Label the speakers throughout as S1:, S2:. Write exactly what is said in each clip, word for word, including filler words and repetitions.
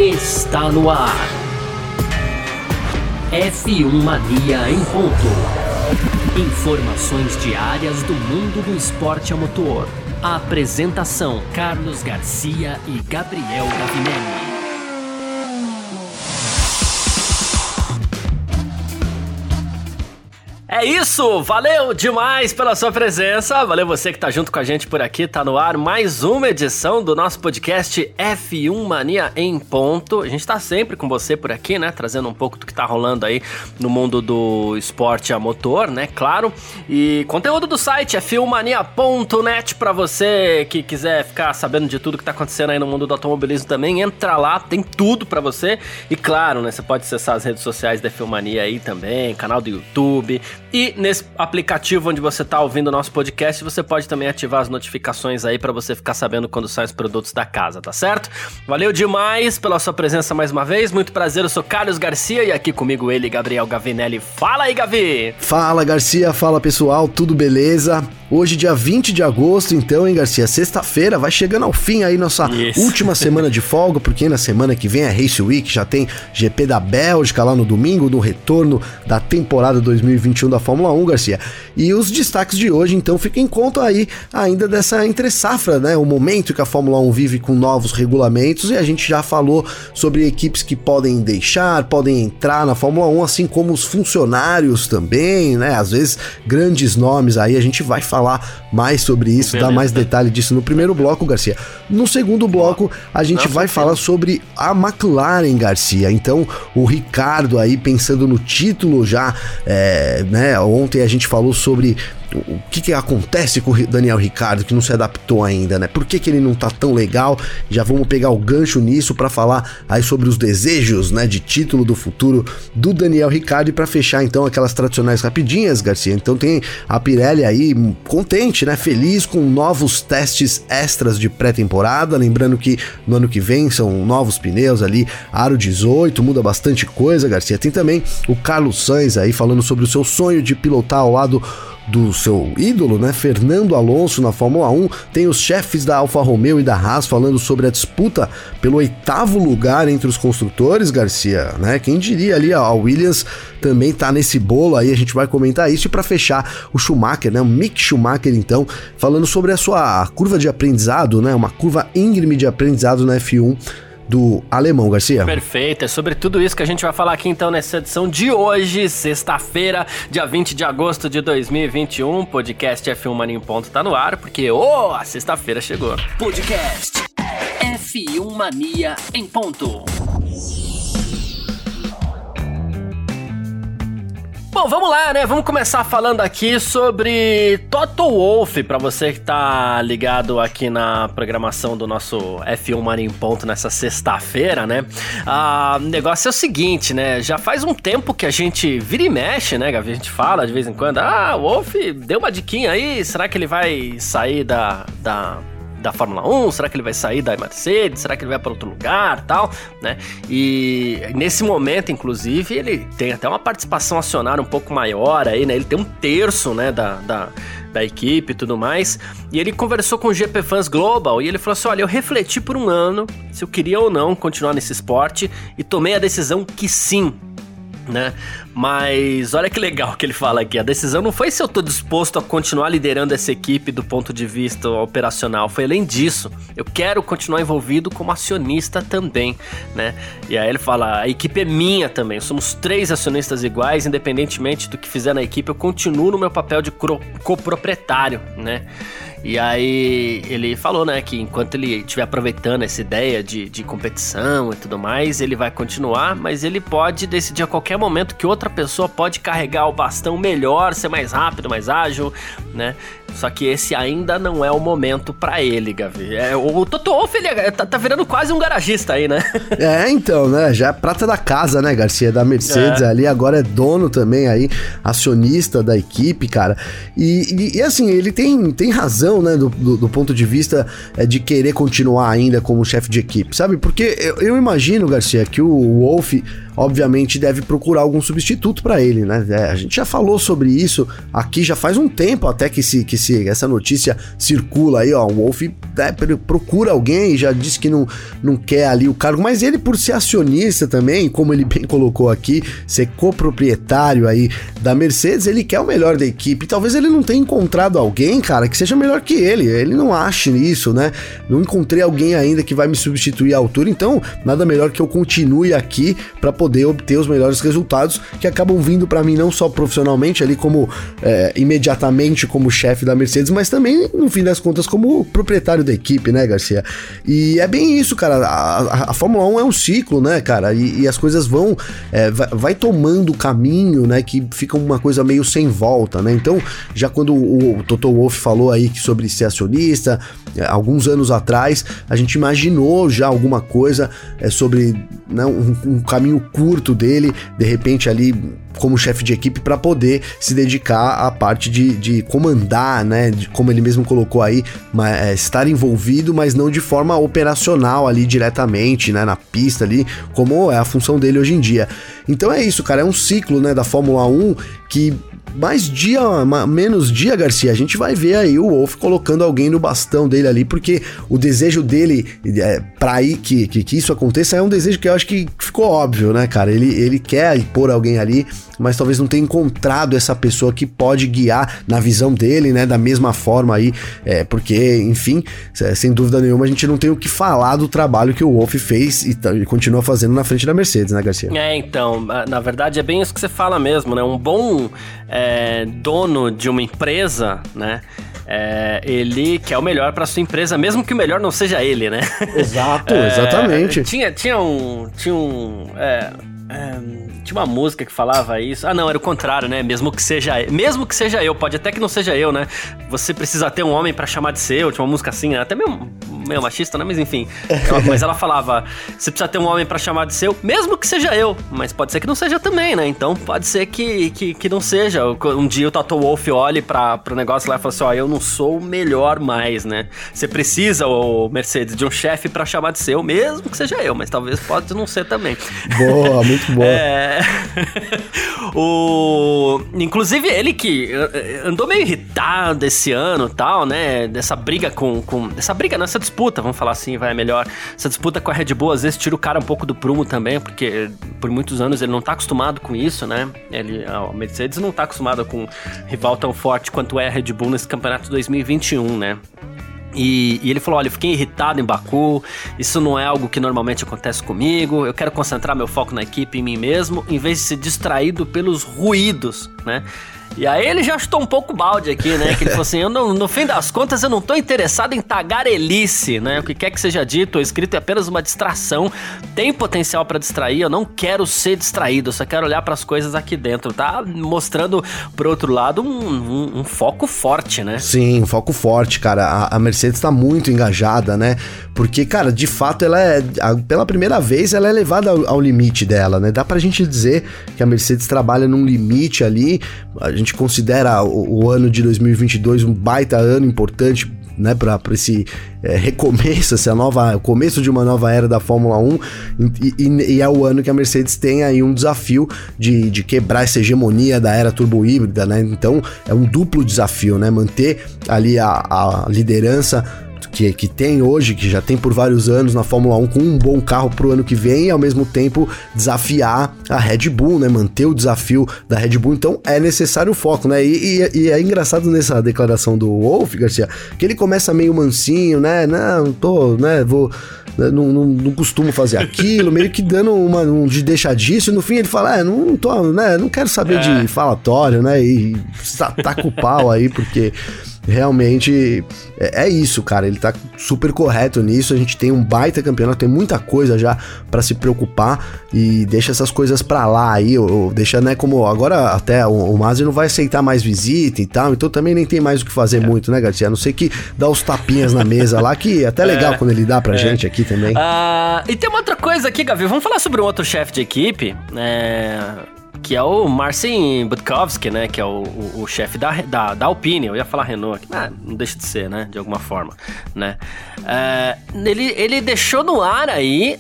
S1: está no ar. F um Mania em ponto. Informações diárias do mundo do esporte a motor. A apresentação: Carlos Garcia e Gabriel Gavinelli. É isso, valeu demais pela sua presença, valeu você que tá junto com a gente por aqui, tá no ar mais uma edição do nosso podcast F um Mania em ponto. A gente tá sempre com você por aqui, né, trazendo um pouco do que tá rolando aí no mundo do esporte a motor, né, claro, e conteúdo do site f um mania ponto net pra você que quiser ficar sabendo de tudo que tá acontecendo aí no mundo do automobilismo também, entra lá, tem tudo pra você, e claro, né, você pode acessar as redes sociais da F um Mania aí também, canal do YouTube. E nesse aplicativo onde você está ouvindo o nosso podcast, você pode também ativar as notificações aí para você ficar sabendo quando saem os produtos da casa, tá certo? Valeu demais pela sua presença mais uma vez, muito prazer, eu sou Carlos Garcia e aqui comigo ele, Gabriel Gavinelli. Fala aí, Gavi!
S2: Fala, Garcia, fala pessoal, tudo beleza? Hoje, dia vinte de agosto, então, hein, Garcia? Sexta-feira, vai chegando ao fim aí nossa Isso. última semana de folga, porque na semana que vem é Race Week, já tem G P da Bélgica lá no domingo, no retorno da temporada dois mil e vinte e um da Fórmula um, Garcia. E os destaques de hoje, então, ficam em conta aí ainda dessa entre-safra, né? O momento que a Fórmula um vive com novos regulamentos, e a gente já falou sobre equipes que podem deixar, podem entrar na Fórmula um, assim como os funcionários também, né? Às vezes, grandes nomes aí, a gente vai falar falar mais sobre isso, Beleza. dar mais detalhe disso no primeiro bloco, Garcia. No segundo bloco, a gente Não, vai falar sobre a McLaren, Garcia. Então, o Ricciardo aí pensando no título já, é, né? Ontem a gente falou sobre o que que acontece com o Daniel Ricciardo, que não se adaptou ainda, né? Por que que ele não tá tão legal? Já vamos pegar o gancho nisso para falar aí sobre os desejos, né, de título do futuro do Daniel Ricciardo, e para fechar então aquelas tradicionais rapidinhas, Garcia. Então tem a Pirelli aí contente, né, feliz com novos testes extras de pré-temporada, lembrando que no ano que vem são novos pneus ali, aro dezoito, muda bastante coisa, Garcia. Tem também o Carlos Sainz aí falando sobre o seu sonho de pilotar ao lado do seu ídolo, né, Fernando Alonso na Fórmula um. Tem os chefes da Alfa Romeo e da Haas falando sobre a disputa pelo oitavo lugar entre os construtores, Garcia, né? Quem diria ali, a Williams também tá nesse bolo aí, a gente vai comentar isso. E para fechar, o Schumacher, né, o Mick Schumacher, então, falando sobre a sua curva de aprendizado, né, uma curva íngreme de aprendizado na F um do alemão, Garcia.
S1: Perfeito, é sobre tudo isso que a gente vai falar aqui então nessa edição de hoje, sexta-feira, dia vinte de agosto de dois mil e vinte e um, podcast F um Mania em ponto tá no ar, porque, oh, a sexta-feira chegou. Podcast F um Mania em ponto. Bom, vamos lá, né? Vamos começar falando aqui sobre Toto Wolff, pra você que tá ligado aqui na programação do nosso F um Mania em ponto nessa sexta-feira, né? Ah, o negócio é o seguinte, né? Já faz um tempo que a gente vira e mexe, né, Gavi? A gente fala de vez em quando, ah, o Wolff deu uma diquinha aí, será que ele vai sair da... da... da Fórmula um, será que ele vai sair da Mercedes, será que ele vai para outro lugar, tal, né, e nesse momento, inclusive, ele tem até uma participação acionária um pouco maior aí, né, ele tem um terço, né, da, da, da equipe e tudo mais, e ele conversou com o G P Fans Global, e ele falou assim, olha, eu refleti por um ano se eu queria ou não continuar nesse esporte, e tomei a decisão que sim, né? Mas olha que legal que ele fala aqui, a decisão não foi se eu tô disposto a continuar liderando essa equipe do ponto de vista operacional, foi além disso, eu quero continuar envolvido como acionista também, né? E aí ele fala, a equipe é minha também, somos três acionistas iguais, independentemente do que fizer na equipe, eu continuo no meu papel de coproprietário, né? E aí ele falou, né, que enquanto ele estiver aproveitando essa ideia de, de competição e tudo mais, ele vai continuar, mas ele pode decidir a qualquer momento que outra pessoa pode carregar o bastão melhor, ser mais rápido, mais ágil, né? Só que esse ainda não é o momento pra ele, Gavi. É, o Toto Wolff, ele é, tá, tá virando quase um garagista aí, né?
S2: É, então, né? Já é prata da casa, né, Garcia? Da Mercedes é. ali, agora é dono também aí, acionista da equipe, cara. E, e, e assim, ele tem, tem razão decisão, né, do, do, do ponto de vista é, de querer continuar ainda como chefe de equipe, sabe? Porque eu, eu imagino, Garcia, que o Wolff obviamente deve procurar algum substituto para ele, né? É, a gente já falou sobre isso aqui já faz um tempo até que, se, que se, essa notícia circula aí, ó, o Wolff é, procura alguém, já disse que não, não quer ali o cargo, mas ele por ser acionista também, como ele bem colocou aqui, ser coproprietário aí da Mercedes, ele quer o melhor da equipe, talvez ele não tenha encontrado alguém, cara, que seja melhor que ele, ele não ache isso, né? Não encontrei alguém ainda que vai me substituir à altura, então nada melhor que eu continue aqui para poder obter os melhores resultados que acabam vindo para mim não só profissionalmente ali como é, imediatamente como chefe da Mercedes, mas também no fim das contas como proprietário da equipe, né, Garcia? E é bem isso, cara, a, a, a Fórmula um é um ciclo, né, cara, e, e as coisas vão é, vai, vai tomando caminho, né, que fica uma coisa meio sem volta, né? Então já quando o, o Toto Wolff falou aí sobre ser acionista, é, alguns anos atrás a gente imaginou já alguma coisa é, sobre, né, um, um caminho curto dele, de repente ali como chefe de equipe para poder se dedicar à parte de, de comandar, né, de, como ele mesmo colocou aí, mas, é, estar envolvido, mas não de forma operacional ali diretamente, né, na pista ali, como é a função dele hoje em dia. Então é isso, cara, é um ciclo, né, da Fórmula um que mais dia, menos dia, Garcia, a gente vai ver aí o Wolff colocando alguém no bastão dele ali, porque o desejo dele é, pra ir que, que, que isso aconteça é um desejo que eu acho que ficou óbvio, né, cara? Ele, ele quer pôr alguém ali, mas talvez não tenha encontrado essa pessoa que pode guiar na visão dele, né, da mesma forma aí, é, porque, enfim, sem dúvida nenhuma, a gente não tem o que falar do trabalho que o Wolff fez e, e continua fazendo na frente da Mercedes, né, Garcia?
S1: É, então, na verdade é bem isso que você fala mesmo, né? Um bom é, dono de uma empresa, né? É, ele quer o melhor para sua empresa, mesmo que o melhor não seja ele, né?
S2: Exato,
S1: é,
S2: exatamente.
S1: Tinha, tinha um... Tinha um é, é, tinha uma música que falava isso. Ah, não, era o contrário, né? Mesmo que seja mesmo que seja eu, pode até que não seja eu, né? Você precisa ter um homem pra chamar de seu. Tinha uma música assim, né? Até meio, meio machista, né? Mas enfim. Ela, mas ela falava: você precisa ter um homem pra chamar de seu, mesmo que seja eu. Mas pode ser que não seja também, né? Então pode ser que, que, que não seja. Um dia o Toto Wolff olhe pra, pro negócio lá e fala assim: ó, eu não sou o melhor mais, né? Você precisa, ô Mercedes, de um chefe pra chamar de seu, mesmo que seja eu. Mas talvez pode não ser também.
S2: Boa, muito boa.
S1: É... o... Inclusive ele que andou meio irritado esse ano e tal, né? Dessa briga com, com... Essa briga, não, essa disputa, vamos falar assim, vai melhor. Essa disputa com a Red Bull, às vezes tira o cara um pouco do prumo também, porque por muitos anos ele não tá acostumado com isso, né? Ele, a Mercedes não tá acostumada com um rival tão forte quanto é a Red Bull nesse campeonato dois mil e vinte e um, né? E, e ele falou: olha, eu fiquei irritado em Baku, isso não é algo que normalmente acontece comigo, eu quero concentrar meu foco na equipe, em mim mesmo, em vez de ser distraído pelos ruídos, né? E aí ele já chutou um pouco o balde aqui, né? Que ele falou assim: eu não, no fim das contas eu não tô interessado em tagarelice, né? O que quer que seja dito ou escrito é apenas uma distração, tem potencial pra distrair, eu não quero ser distraído, eu só quero olhar pras coisas aqui dentro, tá? Mostrando, por outro lado, um, um, um foco forte, né?
S2: Sim, um foco forte, cara. A, a Mercedes tá muito engajada, né? Porque, cara, de fato, ela é, a, pela primeira vez, ela é levada ao, ao limite dela, né? Dá pra gente dizer que a Mercedes trabalha num limite ali. A gente considera o, o ano de dois mil e vinte e dois um baita ano importante, né, para esse é, recomeço, essa nova, o começo de uma nova era da Fórmula um, e, e, e é o ano que a Mercedes tem aí um desafio de, de quebrar essa hegemonia da era turbo híbrida, né? Então é um duplo desafio, né? Manter ali a, a liderança Que, que tem hoje, que já tem por vários anos na Fórmula um, com um bom carro pro ano que vem, e ao mesmo tempo desafiar a Red Bull, né, manter o desafio da Red Bull. Então é necessário o foco, né, e, e, e é engraçado nessa declaração do Wolff, Garcia, que ele começa meio mansinho, né, não, tô, né, vou... Não, não, não costumo fazer aquilo, meio que dando uma, um de deixar disso, e no fim ele fala: é, não tô, né, não quero saber é. de falatório, né, e taca o pau aí, porque realmente é, é isso, cara, ele tá super correto nisso, a gente tem um baita campeonato, tem muita coisa já pra se preocupar, e deixa essas coisas pra lá aí, ou, ou deixa, né, como agora até o, o Masi não vai aceitar mais visita e tal, então também nem tem mais o que fazer é. muito, né, Garcia, a não ser que dá os tapinhas na mesa lá, que é até legal é. quando ele dá pra é. gente aqui também.
S1: Uh, e tem uma outra coisa aqui, Gavi, vamos falar sobre um outro chefe de equipe, é... que é o Marcin Budkowski, né, que é o, o, o chefe da, da, da Alpine. Eu ia falar Renault, ah, não deixa de ser, né, de alguma forma, né. É, ele, ele deixou no ar aí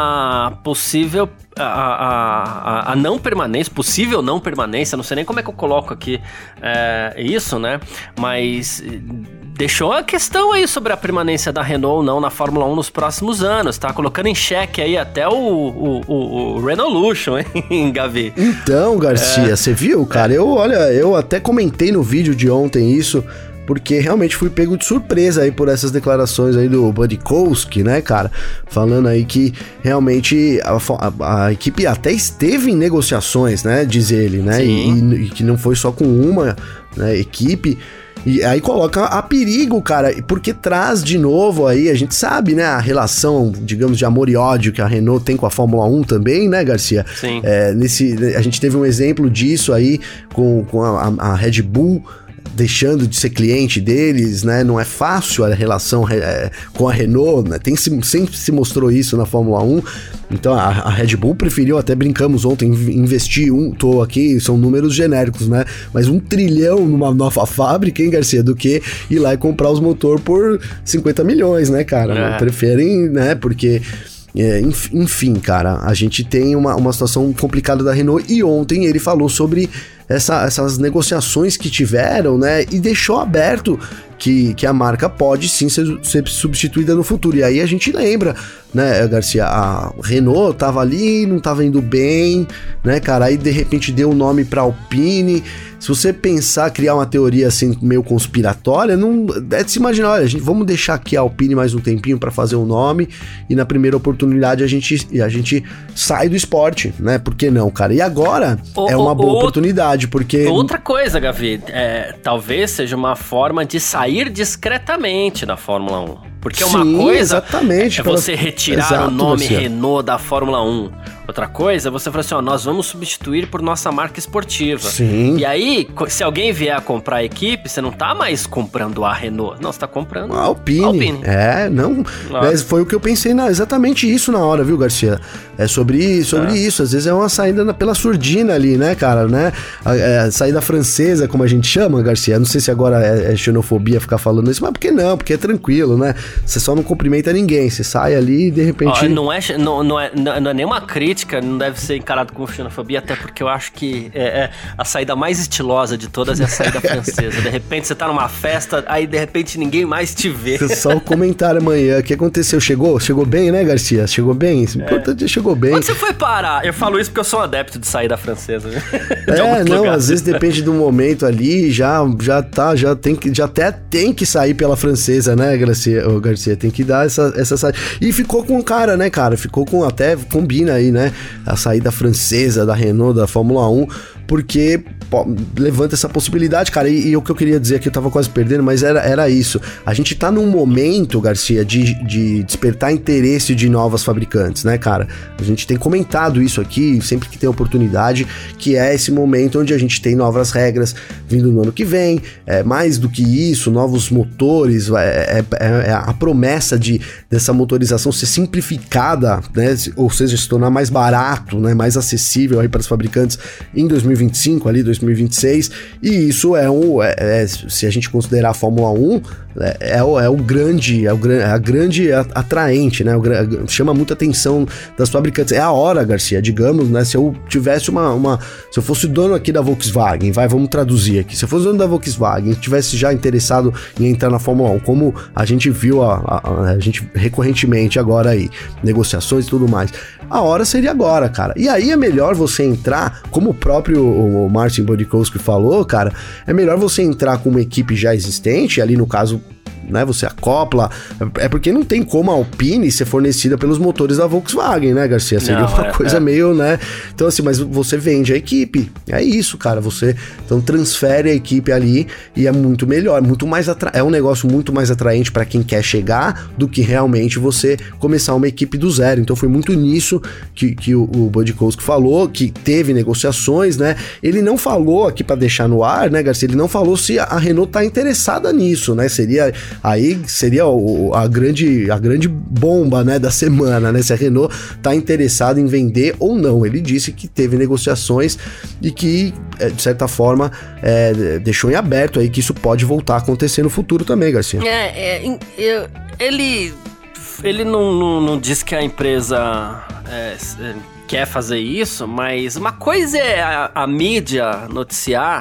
S1: a possível, a, a, a, a não permanência, possível não permanência, não sei nem como é que eu coloco aqui é, isso, né, mas deixou a questão aí sobre a permanência da Renault ou não na Fórmula um nos próximos anos, tá colocando em xeque aí até o, o, o, o Renaulution, hein, Gavi?
S2: Então, Garcia, você é. viu, cara? Eu, olha, eu até comentei no vídeo de ontem isso, porque realmente fui pego de surpresa aí por essas declarações aí do Budkowski, né, cara? Falando aí que realmente a, a, a equipe até esteve em negociações, né, diz ele, né? E, e que não foi só com uma, né, equipe. E aí coloca a perigo, cara, porque traz de novo aí, a gente sabe, né, a relação, digamos, de amor e ódio que a Renault tem com a Fórmula um também, né, Garcia?
S1: Sim.
S2: É, nesse, a gente teve um exemplo disso aí com, com a, a Red Bull, deixando de ser cliente deles, né? Não é fácil a relação é, com a Renault, né? Tem, sempre se mostrou isso na Fórmula um. Então a, a Red Bull preferiu, até brincamos ontem, investir um, tô aqui, são números genéricos, né? Mas um trilhão numa nova fábrica, hein, Garcia? Do que ir lá e comprar os motores por cinquenta milhões, né, cara? É. Preferem, né? Porque... É, enfim, cara, a gente tem uma, uma situação complicada da Renault e ontem ele falou sobre essa, essas negociações que tiveram, né, e deixou aberto que, que a marca pode sim ser, ser substituída no futuro. E aí a gente lembra, né, Garcia, a Renault tava ali, não tava indo bem, né, cara, aí de repente deu o um nome pra Alpine. Se você pensar, criar uma teoria assim meio conspiratória, não é de se imaginar, olha, a gente, vamos deixar aqui a Alpine mais um tempinho para fazer um nome e na primeira oportunidade a gente, a gente sai do esporte, né? Por que não, cara? E agora o, é uma o, boa o, oportunidade, porque...
S1: Outra coisa, Gavi, é, talvez seja uma forma de sair discretamente da Fórmula um. Porque
S2: Sim,
S1: uma coisa
S2: exatamente,
S1: é você retirar
S2: Exato,
S1: o nome
S2: Garcia.
S1: Renault da Fórmula um. Outra coisa é você falar assim, ó, nós vamos substituir por nossa marca esportiva.
S2: Sim.
S1: E aí, se alguém vier a comprar a equipe, você não tá mais comprando a Renault. Não, você tá comprando
S2: a Alpine.
S1: Alpine.
S2: É, não. Mas foi o que eu pensei, na, exatamente isso na hora, viu, Garcia? É sobre, sobre é. isso. Às vezes é uma saída na, pela surdina ali, né, cara, né? A, a saída francesa, como a gente chama, Garcia. Não sei se agora é, é xenofobia ficar falando isso, mas por que não? Porque é tranquilo, né? Você só não cumprimenta ninguém. Você sai ali e de repente...
S1: Ó, não, é, não, não, é, não é nenhuma crítica, não deve ser encarado como xenofobia, até porque eu acho que é, é a saída mais estilosa de todas é a saída francesa. De repente você tá numa festa, aí de repente ninguém mais te vê.
S2: Só o comentário amanhã. O que aconteceu? Chegou? Chegou bem, né, Garcia? Chegou bem? O importante é chegou bem.
S1: Onde você foi parar? Eu falo isso porque eu sou um adepto de saída francesa.
S2: É, não, lugares. Às vezes depende do momento ali, já, já tá, já tem que, já até tem que sair pela francesa, né, Garcia? Ô, Garcia, tem que dar essa, essa saída. E ficou com cara, né, cara? Ficou com, até combina aí, né? A saída francesa da Renault, da Fórmula um, porque pô, levanta essa possibilidade, cara, e, e o que eu queria dizer aqui, eu tava quase perdendo, mas era, era isso, a gente tá num momento, Garcia, de, de despertar interesse de novas fabricantes, né, cara, a gente tem comentado isso aqui, sempre que tem oportunidade, que é esse momento onde a gente tem novas regras vindo no ano que vem, é, mais do que isso, novos motores, é, é, é a promessa de, dessa motorização ser simplificada, né, ou seja, se tornar mais barato, né, mais acessível aí para os fabricantes em dois mil e vinte e cinco, ali dois mil e vinte e seis, e isso é um, é, é, se a gente considerar a Fórmula um, é, é, o, é o grande, é, o, é a grande atraente, né, o, chama muita atenção das fabricantes, é a hora, Garcia, digamos, né, se eu tivesse uma, uma se eu fosse dono aqui da Volkswagen, vai, vamos traduzir aqui, se eu fosse dono da Volkswagen, tivesse já interessado em entrar na Fórmula um, como a gente viu a, a, a gente recorrentemente agora aí, negociações e tudo mais, a hora seria agora, cara, e aí é melhor você entrar, como o próprio o Marcin Budkowski falou, cara, é melhor você entrar com uma equipe já existente, ali no caso, né, você acopla, é porque não tem como a Alpine ser fornecida pelos motores da Volkswagen, né, Garcia? Seria não, uma é, coisa é. meio, né, então assim, mas você vende a equipe, é isso, cara, você, então transfere a equipe ali e é muito melhor, muito mais atra... é um negócio muito mais atraente para quem quer chegar do que realmente você começar uma equipe do zero, então foi muito nisso que, que o, o Budkowski falou, que teve negociações, né, ele não falou aqui para deixar no ar, né, Garcia, ele não falou se a Renault tá interessada nisso, né, seria aí seria o, a, grande, a grande bomba, né, da semana, né, se a Renault tá interessada em vender ou não. Ele disse que teve negociações e que, de certa forma, é, deixou em aberto aí que isso pode voltar a acontecer no futuro também, Garcia.
S1: É, é eu, ele, ele não, não, não disse que a empresa é, quer fazer isso, mas uma coisa é a, a mídia noticiar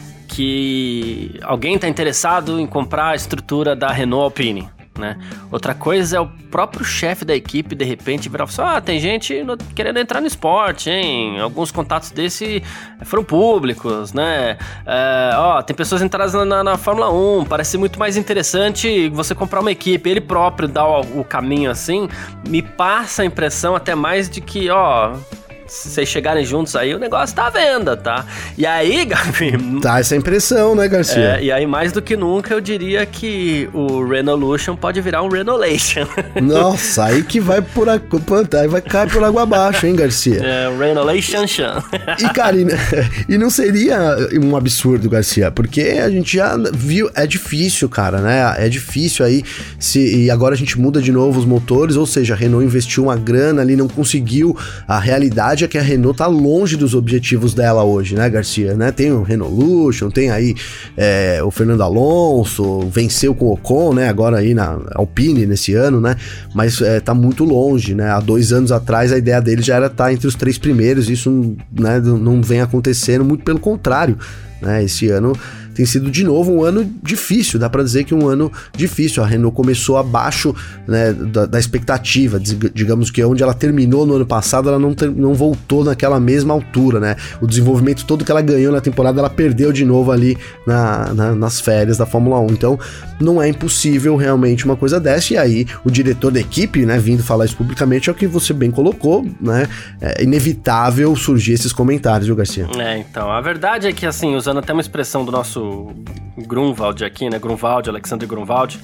S1: que alguém está interessado em comprar a estrutura da Renault Alpine, né? Outra coisa é o próprio chefe da equipe de repente virar e falar assim, ah, tem gente no, querendo entrar no esporte, hein? Alguns contatos desse foram públicos, né? É, ó, tem pessoas entradas na, na, na Fórmula um, parece muito mais interessante você comprar uma equipe. Ele próprio dá o, o caminho assim, me passa a impressão até mais de que, ó... se vocês chegarem juntos aí, o negócio tá à venda, tá? E aí, Gabi...
S2: Tá essa impressão, né, Garcia?
S1: É, e aí, mais do que nunca, eu diria que o Renaulution pode virar um Renaulation.
S2: Nossa, aí que vai por a... aí vai cair por água abaixo, hein, Garcia?
S1: É, o Renaulation.
S2: E, cara, e, e não seria um absurdo, Garcia, porque a gente já viu, é difícil, cara, né? É difícil aí, se, e agora a gente muda de novo os motores, ou seja, a Renault investiu uma grana ali, não conseguiu a realidade é que a Renault tá longe dos objetivos dela hoje, né, Garcia? Né? Tem o Renaulution, tem aí é, o Fernando Alonso, venceu com o Ocon, né, agora aí na Alpine nesse ano, né, mas é, tá muito longe, né, há dois anos atrás a ideia dele já era estar entre os três primeiros, isso, né, não vem acontecendo, muito pelo contrário, né, esse ano tem sido de novo um ano difícil, dá pra dizer que um ano difícil, a Renault começou abaixo, né, da, da expectativa, digamos que onde ela terminou no ano passado, ela não, ter, não voltou naquela mesma altura, né, o desenvolvimento todo que ela ganhou na temporada, ela perdeu de novo ali na, na, nas férias da Fórmula um, então não é impossível realmente uma coisa dessa, e aí o diretor da equipe, né, vindo falar isso publicamente, é o que você bem colocou, né, é inevitável surgir esses comentários, viu, Garcia?
S1: É, então, a verdade é que, assim, usando até uma expressão do nosso Grunwald aqui, né? Grunwald, Alexander Grunwald.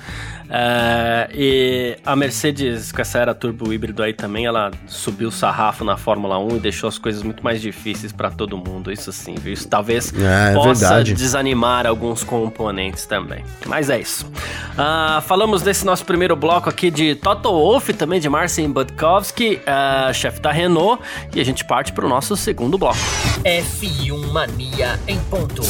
S1: É, e a Mercedes, com essa era turbo híbrido aí também, ela subiu o sarrafo na Fórmula um e deixou as coisas muito mais difíceis para todo mundo. Isso sim, viu? Isso talvez é, possa verdade. desanimar alguns componentes também. Mas é isso. Uh, falamos desse nosso primeiro bloco aqui de Toto Wolff, também de Marcin Budkowski, uh, chefe da Renault, e a gente parte para o nosso segundo bloco.
S3: F um Mania em ponto.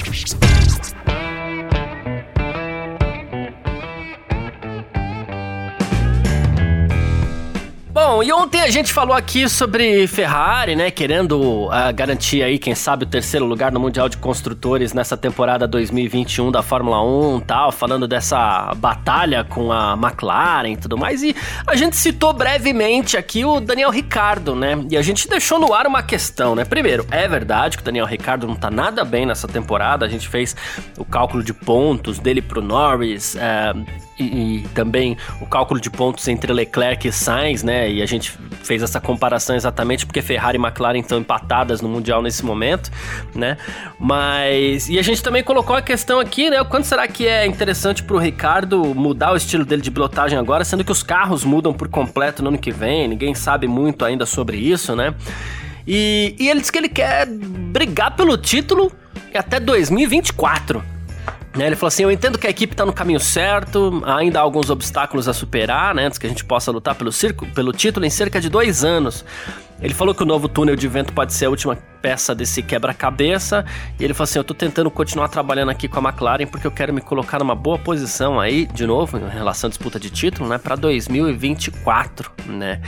S1: Bom, e ontem a gente falou aqui sobre Ferrari, né, querendo uh, garantir aí, quem sabe, o terceiro lugar no Mundial de Construtores nessa temporada dois mil e vinte e um da Fórmula um e tal, falando dessa batalha com a McLaren e tudo mais, e a gente citou brevemente aqui o Daniel Ricciardo, né, e a gente deixou no ar uma questão, né, primeiro, é verdade que o Daniel Ricciardo não tá nada bem nessa temporada, a gente fez o cálculo de pontos dele pro Norris, uh, E, e também o cálculo de pontos entre Leclerc e Sainz, né? E a gente fez essa comparação exatamente porque Ferrari e McLaren estão empatadas no Mundial nesse momento, né? Mas... E a gente também colocou a questão aqui, né? O quanto será que é interessante pro Ricciardo mudar o estilo dele de pilotagem agora, sendo que os carros mudam por completo no ano que vem, ninguém sabe muito ainda sobre isso, né? E, e ele diz que ele quer brigar pelo título até dois mil e vinte e quatro. Ele falou assim, eu entendo que a equipe está no caminho certo, ainda há alguns obstáculos a superar, né, antes que a gente possa lutar pelo, circo, pelo título em cerca de dois anos. Ele falou que o novo túnel de vento pode ser a última peça desse quebra-cabeça, e ele falou assim, eu tô tentando continuar trabalhando aqui com a McLaren porque eu quero me colocar numa boa posição aí, de novo, em relação à disputa de título, né, para dois mil e vinte e quatro, né.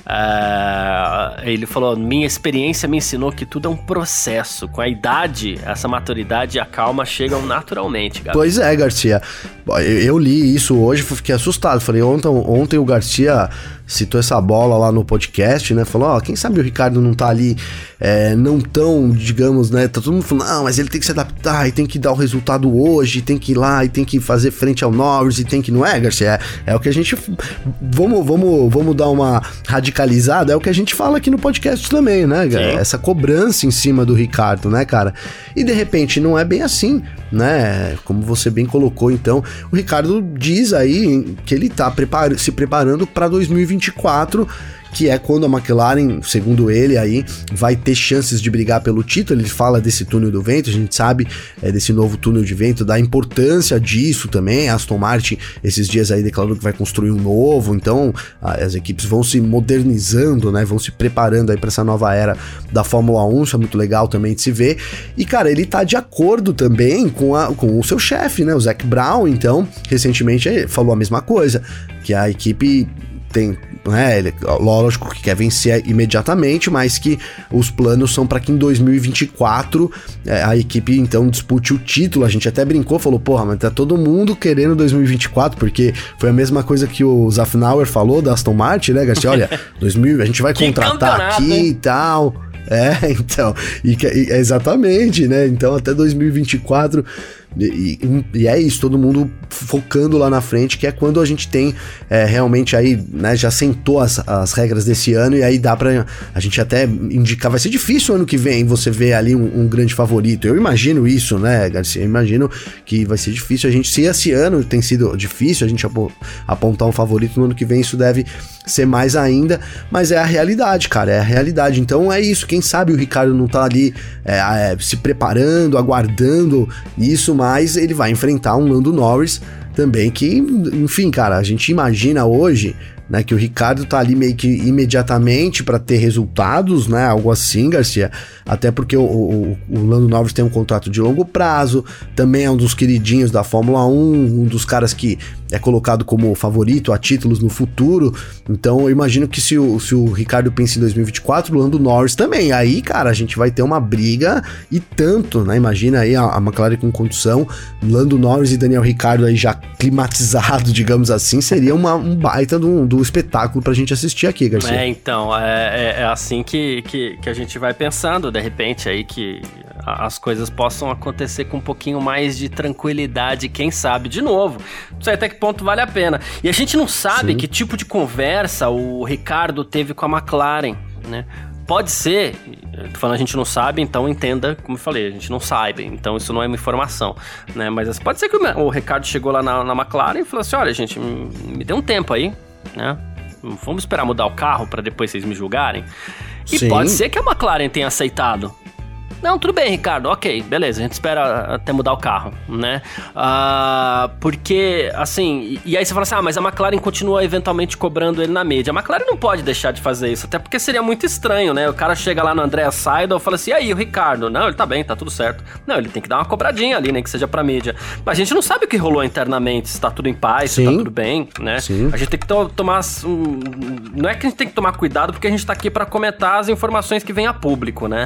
S1: Uh, ele falou, minha experiência me ensinou que tudo é um processo, com a idade, essa maturidade e a calma chegam naturalmente, Gabi.
S2: Pois é, Garcia, eu, eu li isso hoje, fiquei assustado, falei, ontem, ontem o Garcia citou essa bola lá no podcast, né, falou, ó, oh, quem sabe o Ricciardo não tá ali, é, não tão, digamos, né, tá todo mundo falando, não, mas ele tem que se adaptar e tem que dar o resultado hoje, tem que ir lá e tem que fazer frente ao Norris e tem que, não é, Garcia, é, é o que a gente, vamos, vamos, vamos dar uma radicalizada, é o que a gente fala aqui no podcast também, né, Sim. essa cobrança em cima do Ricciardo, né, cara, e de repente não é bem assim, né, como você bem colocou, então, o Ricciardo diz aí que ele tá prepar- se preparando para dois mil e vinte vinte e quatro, que é quando a McLaren, segundo ele, aí vai ter chances de brigar pelo título. Ele fala desse túnel do vento, a gente sabe é, desse novo túnel de vento, da importância disso também. A Aston Martin, esses dias aí, declarou que vai construir um novo, então as equipes vão se modernizando, né, vão se preparando aí para essa nova era da Fórmula um, isso é muito legal também de se ver. E, cara, ele tá de acordo também com, a, com o seu chefe, né, o Zac Brown, então, recentemente ele falou a mesma coisa, que a equipe tem, né, ele, lógico que quer vencer imediatamente, mas que os planos são para que em dois mil e vinte e quatro é, a equipe então dispute o título. A gente até brincou, falou, porra, mas tá todo mundo querendo dois mil e vinte e quatro, porque foi a mesma coisa que o Zafnauer falou da Aston Martin, né, Garcia? Olha, dois mil, a gente vai contratar aqui hein? E tal... É, então, e, e, exatamente, né, então até dois mil e vinte e quatro, e, e, e é isso, todo mundo focando lá na frente, que é quando a gente tem é, realmente aí, né, já sentou as, as regras desse ano, e aí dá pra a gente até indicar, vai ser difícil ano que vem você ver ali um, um grande favorito, eu imagino isso, né, Garcia, eu imagino que vai ser difícil a gente, se esse ano tem sido difícil a gente apontar um favorito, no ano que vem isso deve ser mais ainda, mas é a realidade, cara, é a realidade, então é isso, quem sabe o Ricciardo não tá ali é, é, se preparando, aguardando isso, mas ele vai enfrentar um Lando Norris também, que, enfim, cara, a gente imagina hoje, né, que o Ricciardo tá ali meio que imediatamente para ter resultados, né, algo assim, Garcia, até porque o, o, o Lando Norris tem um contrato de longo prazo, também é um dos queridinhos da Fórmula um, um dos caras que é colocado como favorito a títulos no futuro, então eu imagino que se o, se o Ricciardo pensa em dois mil e vinte e quatro, o Lando Norris também, aí, cara, a gente vai ter uma briga e tanto, né, imagina aí a, a McLaren com condução, Lando Norris e Daniel Ricciardo aí já climatizado, digamos assim, seria uma, um baita do, do espetáculo pra gente assistir aqui, Garcia.
S1: É, então, é, é, é assim que, que, que a gente vai pensando, de repente, aí que as coisas possam acontecer com um pouquinho mais de tranquilidade, quem sabe, de novo, não sei até que ponto vale a pena. E a gente não sabe Sim. que tipo de conversa o Ricciardo teve com a McLaren, né? Pode ser, tô falando a gente não sabe, então entenda, como eu falei, a gente não sabe, então isso não é uma informação, né? Mas pode ser que o, o Ricciardo chegou lá na, na McLaren e falou assim, olha, gente, me dê um tempo aí, né? Vamos esperar mudar o carro para depois vocês me julgarem. E Sim. pode ser que a McLaren tenha aceitado. Não, tudo bem, Ricardo, ok, beleza, a gente espera até mudar o carro, né? Uh, porque, assim, e, e aí você fala assim, ah, mas a McLaren continua eventualmente cobrando ele na mídia. A McLaren não pode deixar de fazer isso, até porque seria muito estranho, né? O cara chega lá no Andrea Seidel e fala assim, e aí, o Ricardo? Não, ele tá bem, tá tudo certo. Não, ele tem que dar uma cobradinha ali, nem que seja pra mídia. Mas a gente não sabe o que rolou internamente, se tá tudo em paz, Sim. se tá tudo bem, né? Sim. A gente tem que to- tomar... Um, não é que a gente tem que tomar cuidado, porque a gente tá aqui pra comentar as informações que vêm a público, né?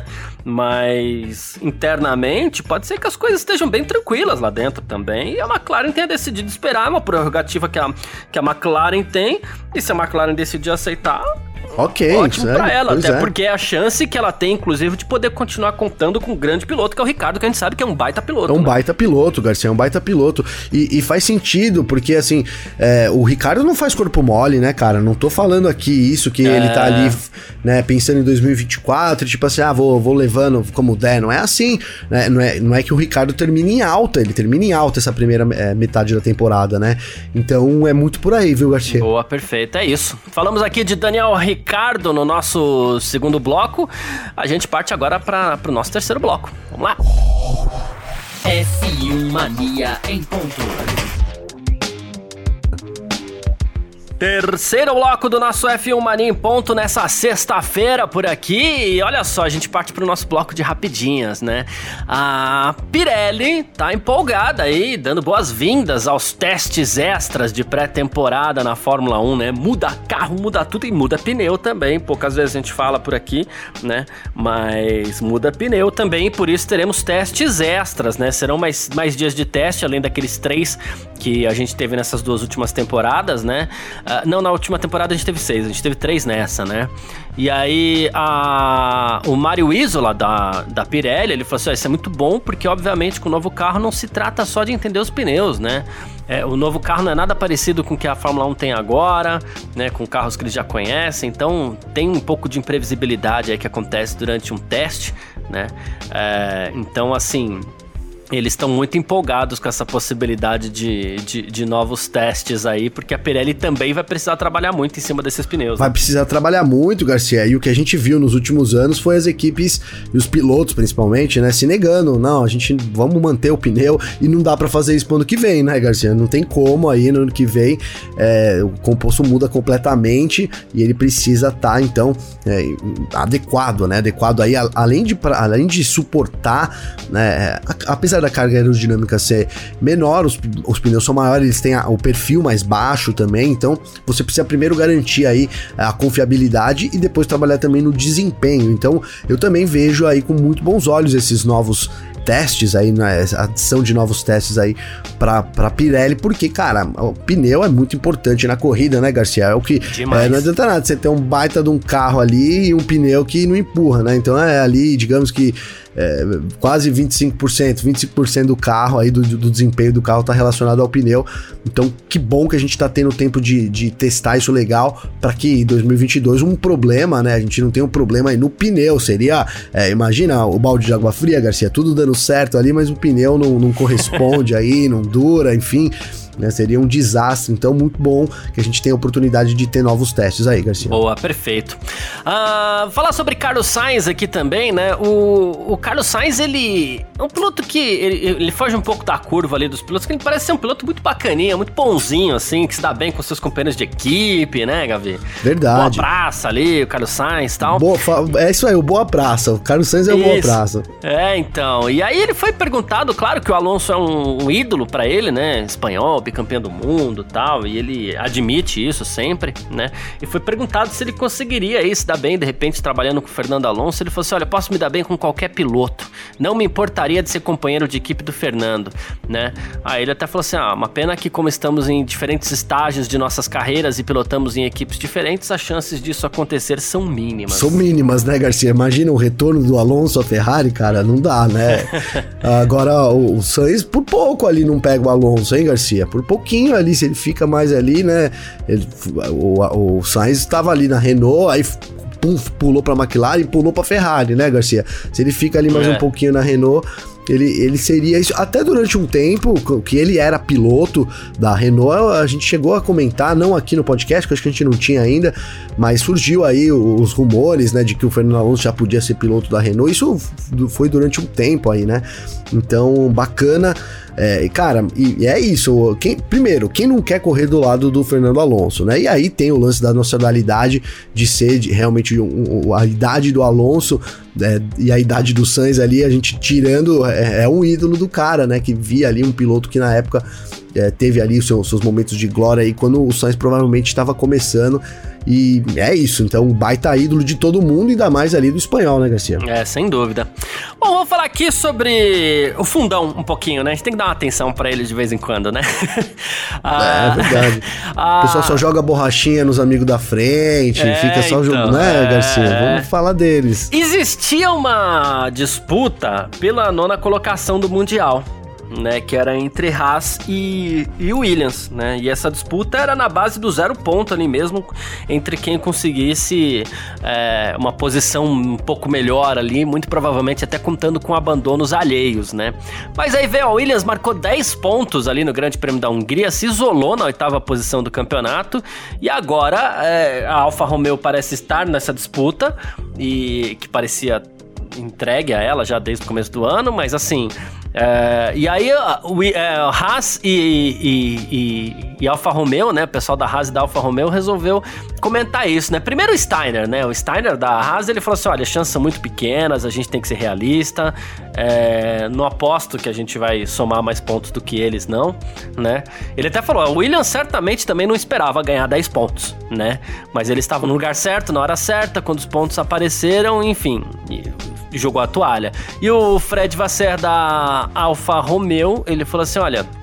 S1: Mas internamente, pode ser que as coisas estejam bem tranquilas lá dentro também, e a McLaren tenha decidido esperar, uma prerrogativa que a, que a McLaren tem, e se a McLaren decidir aceitar,
S2: ok,
S1: ótimo
S2: sério,
S1: pra ela, até
S2: é.
S1: porque é a chance que ela tem, inclusive, de poder continuar contando com um grande piloto, que é o Ricciardo, que a gente sabe que é um baita piloto.
S2: É um
S1: né?
S2: baita piloto, Garcia, é um baita piloto. E, e faz sentido, porque assim, é, o Ricciardo não faz corpo mole, né, cara? Não tô falando aqui isso, que é. ele tá ali, né, pensando em dois mil e vinte e quatro, tipo assim, ah, vou, vou levando como der. Não é assim, né? Não é, não é que o Ricciardo termine em alta, ele termina em alta essa primeira é, metade da temporada, né? Então é muito por aí, viu, Garcia?
S1: Boa, perfeito, é isso. Falamos aqui de Daniel Ricciardo no nosso nosso segundo bloco, a gente parte agora para o nosso terceiro bloco. Vamos lá?
S3: F um Mania em ponto.
S1: Terceiro bloco do nosso F um Mania em ponto nessa sexta-feira por aqui. E olha só, a gente parte pro nosso bloco de rapidinhas, né? A Pirelli tá empolgada aí, dando boas-vindas aos testes extras de pré-temporada na Fórmula um, né? Muda carro, muda tudo e muda pneu também. Poucas vezes a gente fala por aqui, né? Mas muda pneu também, e por isso teremos testes extras, né? Serão mais, mais dias de teste, além daqueles três que a gente teve nessas duas últimas temporadas, né? Uh, não, na última temporada a gente teve seis, a gente teve três nessa, né? E aí a, o Mário Isola da, da Pirelli, ele falou assim, oh, isso é muito bom, porque obviamente com o novo carro não se trata só de entender os pneus, né? É, o novo carro não é nada parecido com o que a Fórmula um tem agora, né? Com carros que eles já conhecem, então tem um pouco de imprevisibilidade aí que acontece durante um teste, né? É, então assim... eles estão muito empolgados com essa possibilidade de, de, de novos testes aí, porque a Pirelli também vai precisar trabalhar muito em cima desses pneus.
S2: Vai
S1: né?
S2: precisar trabalhar muito, Garcia, e o que a gente viu nos últimos anos foi as equipes e os pilotos, principalmente, né, se negando. Não, a gente vamos manter o pneu e não dá pra fazer isso pro ano que vem, né, Garcia? Não tem como aí no ano que vem, é, o composto muda completamente e ele precisa estar, tá, então, é, adequado, né, adequado aí, a, além, de, pra, além de suportar, né, a, apesar da carga aerodinâmica ser menor, os, os pneus são maiores, eles têm a, o perfil mais baixo também, então você precisa primeiro garantir aí a confiabilidade e depois trabalhar também no desempenho. Então eu também vejo aí com muito bons olhos esses novos testes aí, né, a adição de novos testes aí pra, pra Pirelli, porque, cara, o pneu é muito importante na corrida, né, Garcia? É o que, é, não adianta nada você ter um baita de um carro ali e um pneu que não empurra, né? Então é ali, digamos que é, quase vinte e cinco por cento, vinte e cinco por cento do carro aí, do, do desempenho do carro tá relacionado ao pneu. Então que bom que a gente tá tendo tempo de, de testar isso legal, para que em dois mil e vinte e dois um problema, né, a gente não tem um problema aí no pneu, seria, é, imagina o balde de água fria, Garcia, tudo dando certo ali, mas o pneu não, não corresponde aí, não dura, enfim, né, seria um desastre. Então muito bom que a gente tenha a oportunidade de ter novos testes aí, Garcia.
S1: Boa, perfeito. Uh, falar sobre Carlos Sainz aqui também, né, o, o Carlos Sainz, ele é um piloto que ele, ele foge um pouco da curva ali dos pilotos, que ele parece ser um piloto muito bacaninha, muito bonzinho, assim, que se dá bem com seus companheiros de equipe, né, Gavi?
S2: Verdade.
S1: Boa praça ali, o Carlos Sainz e tal.
S2: Boa, é isso aí, o boa praça, o Carlos Sainz é o boa praça.
S1: É, então, e aí ele foi perguntado, claro que o Alonso é um, um ídolo pra ele, né, espanhol, bicampeão do mundo e tal, e ele admite isso sempre, né, e foi perguntado se ele conseguiria aí se dar bem, de repente, trabalhando com o Fernando Alonso. Ele falou assim, olha, posso me dar bem com qualquer piloto, não me importaria de ser companheiro de equipe do Fernando, né. Aí ele até falou assim, ah, uma pena que como estamos em diferentes estágios de nossas carreiras e pilotamos em equipes diferentes, as chances disso acontecer são mínimas.
S2: São mínimas, né, Garcia? Imagina o retorno do Alonso à Ferrari, cara, não dá, né? Agora, o, o Sainz, por pouco ali não pega o Alonso, hein, Garcia? Por pouquinho ali, se ele fica mais ali, né? Ele, o, o Sainz estava ali na Renault, aí pum, pulou pra McLaren e pulou pra Ferrari, né, Garcia? Se ele fica ali mais é. um pouquinho na Renault, Ele, ele seria isso, até durante um tempo que ele era piloto da Renault, a gente chegou a comentar, não aqui no podcast, que acho que a gente não tinha ainda, mas surgiu aí os rumores, né, de que o Fernando Alonso já podia ser piloto da Renault. Isso foi durante um tempo aí, né, então bacana. É, cara, e é isso, quem, primeiro, quem não quer correr do lado do Fernando Alonso, né, e aí tem o lance da nacionalidade, de ser de, realmente um, um, a idade do Alonso, é, e a idade do Sainz ali, a gente tirando, é, é um ídolo do cara, né, que via ali um piloto que na época é, teve ali os seus, seus momentos de glória aí, quando o Sainz provavelmente estava começando. E é isso, então baita ídolo de todo mundo, ainda mais ali do espanhol, né, Garcia?
S1: É, sem dúvida. Bom, vamos falar aqui sobre o fundão um pouquinho, né? A gente tem que dar uma atenção pra ele de vez em quando, né?
S2: ah, é verdade. Ah, o pessoal só joga borrachinha nos amigos da frente, é, fica só
S1: então,
S2: jogando, né,
S1: é...
S2: Garcia? Vamos falar deles.
S1: Existia uma disputa pela nona colocação do Mundial, né, que era entre Haas e, e Williams, né, e essa disputa era na base do zero ponto ali mesmo, entre quem conseguisse é, uma posição um pouco melhor ali, muito provavelmente até contando com abandonos alheios, né, mas aí veio a Williams, marcou dez pontos ali no Grande Prêmio da Hungria, se isolou na oitava posição do campeonato, e agora é, a Alfa Romeo parece estar nessa disputa, e que parecia entregue a ela já desde o começo do ano, mas assim, é, e aí o é, Haas e, e, e, e Alfa Romeo, né, o pessoal da Haas e da Alfa Romeo resolveu comentar isso, né, primeiro o Steiner, né, o Steiner da Haas, ele falou assim, olha, as chances são muito pequenas, a gente tem que ser realista, é, não aposto que a gente vai somar mais pontos do que eles, não, né, ele até falou, o Williams certamente também não esperava ganhar dez pontos, né, mas ele estava no lugar certo, na hora certa, quando os pontos apareceram, enfim, e, jogou a toalha. E o Fred Vasseur da Alfa Romeo, ele falou assim, olha,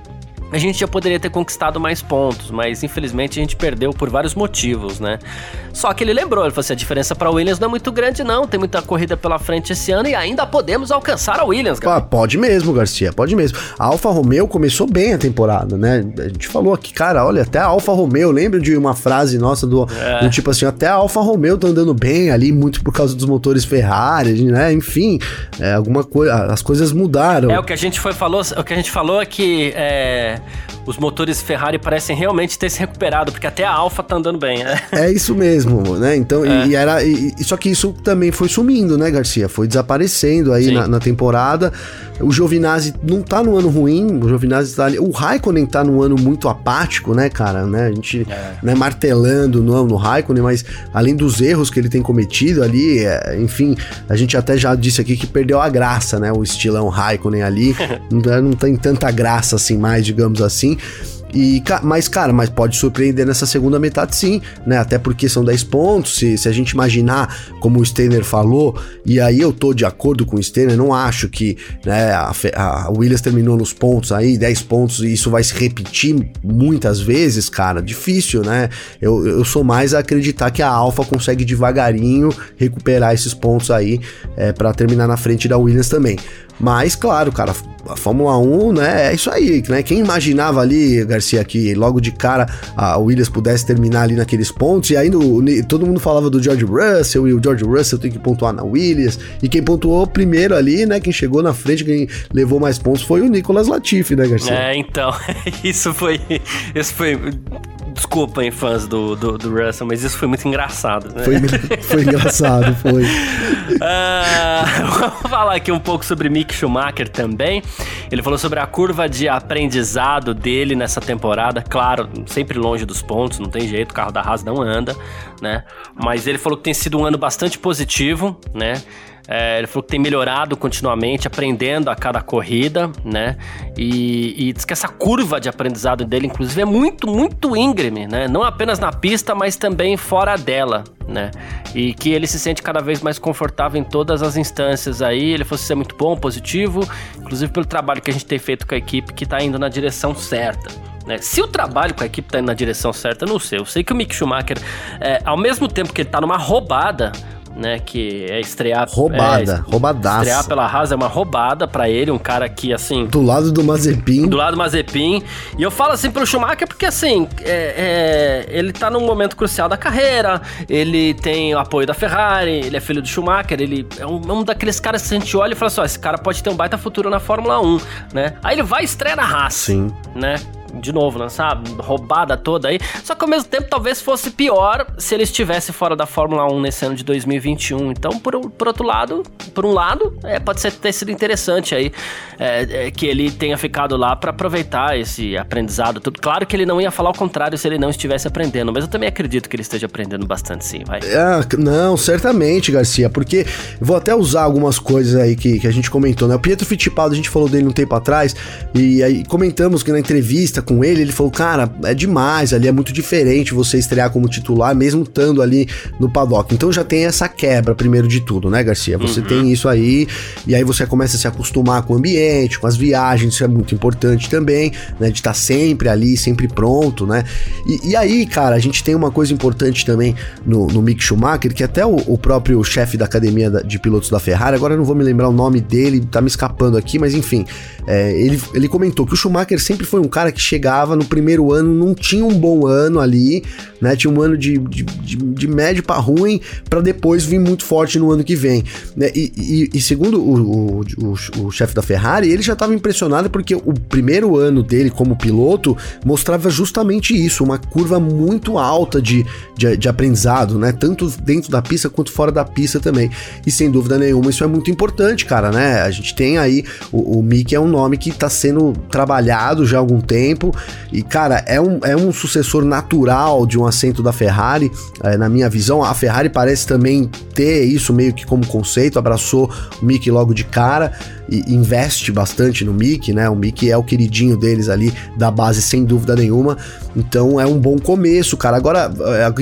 S1: a gente já poderia ter conquistado mais pontos, mas infelizmente a gente perdeu por vários motivos, né? Só que ele lembrou, ele falou assim, a diferença para a Williams não é muito grande não, tem muita corrida pela frente esse ano e ainda podemos alcançar a Williams, cara.
S2: Ah, pode mesmo, Garcia, pode mesmo. A Alfa Romeo começou bem a temporada, né? A gente falou aqui, cara, olha, até a Alfa Romeo, lembra de uma frase nossa do, é. do tipo assim, até a Alfa Romeo tá andando bem ali, muito por causa dos motores Ferrari, né? Enfim, é, alguma coisa, as coisas mudaram.
S1: É, o que a gente foi, falou, o que a gente falou é que é, os motores Ferrari parecem realmente ter se recuperado, porque até a Alfa tá andando bem, né?
S2: É isso mesmo, né? Então, é. e, e era. E, só que isso também foi sumindo, né, Garcia? Foi desaparecendo aí na, na temporada. O Giovinazzi não tá no ano ruim, o Giovinazzi tá ali. O Raikkonen tá num ano muito apático, né, cara? Né? A gente é. né, martelando no, no Raikkonen, mas além dos erros que ele tem cometido ali, é, enfim, a gente até já disse aqui que perdeu a graça, né? O estilão Raikkonen ali. não, não tem tanta graça assim mais, digamos assim. E, mas, cara, mas pode surpreender nessa segunda metade sim, né? Até porque são dez pontos, se, se a gente imaginar, como o Steiner falou, e aí eu tô de acordo com o Steiner, não acho que né, a, a Williams terminou nos pontos aí, dez pontos, e isso vai se repetir muitas vezes, cara, difícil, né? Eu, eu sou mais a acreditar que a Alfa consegue devagarinho recuperar esses pontos aí é, pra terminar na frente da Williams também. Mas, claro, cara, a Fórmula um, né, é isso aí, né? Quem imaginava ali, Garcia, que logo de cara a Williams pudesse terminar ali naqueles pontos, e aí no, todo mundo falava do George Russell, e o George Russell tem que pontuar na Williams, e quem pontuou primeiro ali, né, quem chegou na frente, quem levou mais pontos foi o Nicolas Latifi, né, Garcia?
S1: É, então, isso foi, isso foi... Desculpem, fãs do, do, do Russell, mas isso foi muito engraçado, né?
S2: Foi, foi engraçado, foi.
S1: uh, vamos falar aqui um pouco sobre Mick Schumacher também. Ele falou sobre a curva de aprendizado dele nessa temporada. Claro, sempre longe dos pontos, não tem jeito, o carro da Haas não anda, né? Mas ele falou que tem sido um ano bastante positivo, né? É, ele falou que tem melhorado continuamente, aprendendo a cada corrida, né? E, e diz que essa curva de aprendizado dele, inclusive, é muito, muito íngreme, né? Não apenas na pista, mas também fora dela, né? E que ele se sente cada vez mais confortável em todas as instâncias aí. Ele falou que isso é muito bom, positivo, inclusive pelo trabalho que a gente tem feito com a equipe, que tá indo na direção certa. Né? Se o trabalho com a equipe tá indo na direção certa, eu não sei. Eu sei que o Mick Schumacher, é, ao mesmo tempo que ele tá numa roubada, né, que é estrear...
S2: Roubada,
S1: é,
S2: roubadaça.
S1: Estrear pela Haas é uma roubada pra ele, um cara que, assim...
S2: Do lado do Mazepin.
S1: Do lado do Mazepin. E eu falo assim pro Schumacher porque, assim, é, é, ele tá num momento crucial da carreira, ele tem o apoio da Ferrari, ele é filho do Schumacher, ele é um, um daqueles caras que a gente olha e fala assim, ó, esse cara pode ter um baita futuro na Fórmula um, né? Aí ele vai estrear na Haas,
S2: sim,
S1: né? De novo, lançar roubada toda aí. Só que ao mesmo tempo talvez fosse pior se ele estivesse fora da Fórmula um nesse ano de dois mil e vinte e um. Então, por, por outro lado, por um lado, é, pode ser, ter sido interessante aí é, é, que ele tenha ficado lá para aproveitar esse aprendizado. Tudo. Claro que ele não ia falar o contrário se ele não estivesse aprendendo, mas eu também acredito que ele esteja aprendendo bastante, sim, vai.
S2: É, não, certamente, Garcia, porque vou até usar algumas coisas aí que, que a gente comentou, né? O Pietro Fittipaldi, a gente falou dele um tempo atrás, e aí comentamos que na entrevista com ele, ele falou, cara, é demais, ali é muito diferente você estrear como titular, mesmo estando ali no paddock. Então já tem essa quebra, primeiro de tudo, né, Garcia? Você uhum. tem isso aí, e aí você começa a se acostumar com o ambiente, com as viagens, isso é muito importante também, né, de estar sempre ali, sempre pronto, né? E, e aí, cara, a gente tem uma coisa importante também no, no Mick Schumacher, que até o, o próprio chefe da academia de pilotos da Ferrari, agora eu não vou me lembrar o nome dele, tá me escapando aqui, mas enfim, é, ele, ele comentou que o Schumacher sempre foi um cara que chegava no primeiro ano, não tinha um bom ano ali, né? Tinha um ano de, de, de, de médio para ruim, para depois vir muito forte no ano que vem, né? E, e, e segundo o, o, o, o chefe da Ferrari, ele já estava impressionado porque o primeiro ano dele como piloto mostrava justamente isso, uma curva muito alta de, de, de aprendizado, né? Tanto dentro da pista quanto fora da pista também. E sem dúvida nenhuma, isso é muito importante, cara, né? A gente tem aí, o, o Mick é um nome que tá sendo trabalhado já há algum tempo, e cara, é um, é um sucessor natural de um assento da Ferrari, é, na minha visão. A Ferrari parece também ter isso meio que como conceito, abraçou o Mick logo de cara, e investe bastante no Mickey, né? O Mickey é o queridinho deles ali, da base, sem dúvida nenhuma. Então é um bom começo, cara. Agora,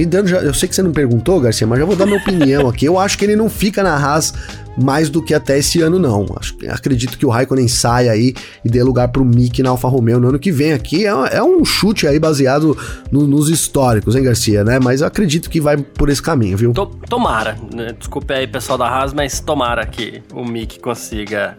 S2: eu sei que você não perguntou, Garcia, mas já vou dar minha opinião aqui. Eu acho que ele não fica na Haas mais do que até esse ano, não. Acho, acredito que o Raikkonen saia aí e dê lugar pro Mickey na Alfa Romeo no ano que vem aqui. É, é um chute aí baseado no, nos históricos, hein, Garcia, né? Mas eu acredito que vai por esse caminho, viu?
S1: Tomara. Desculpe aí, pessoal da Haas, mas tomara que o Mickey consiga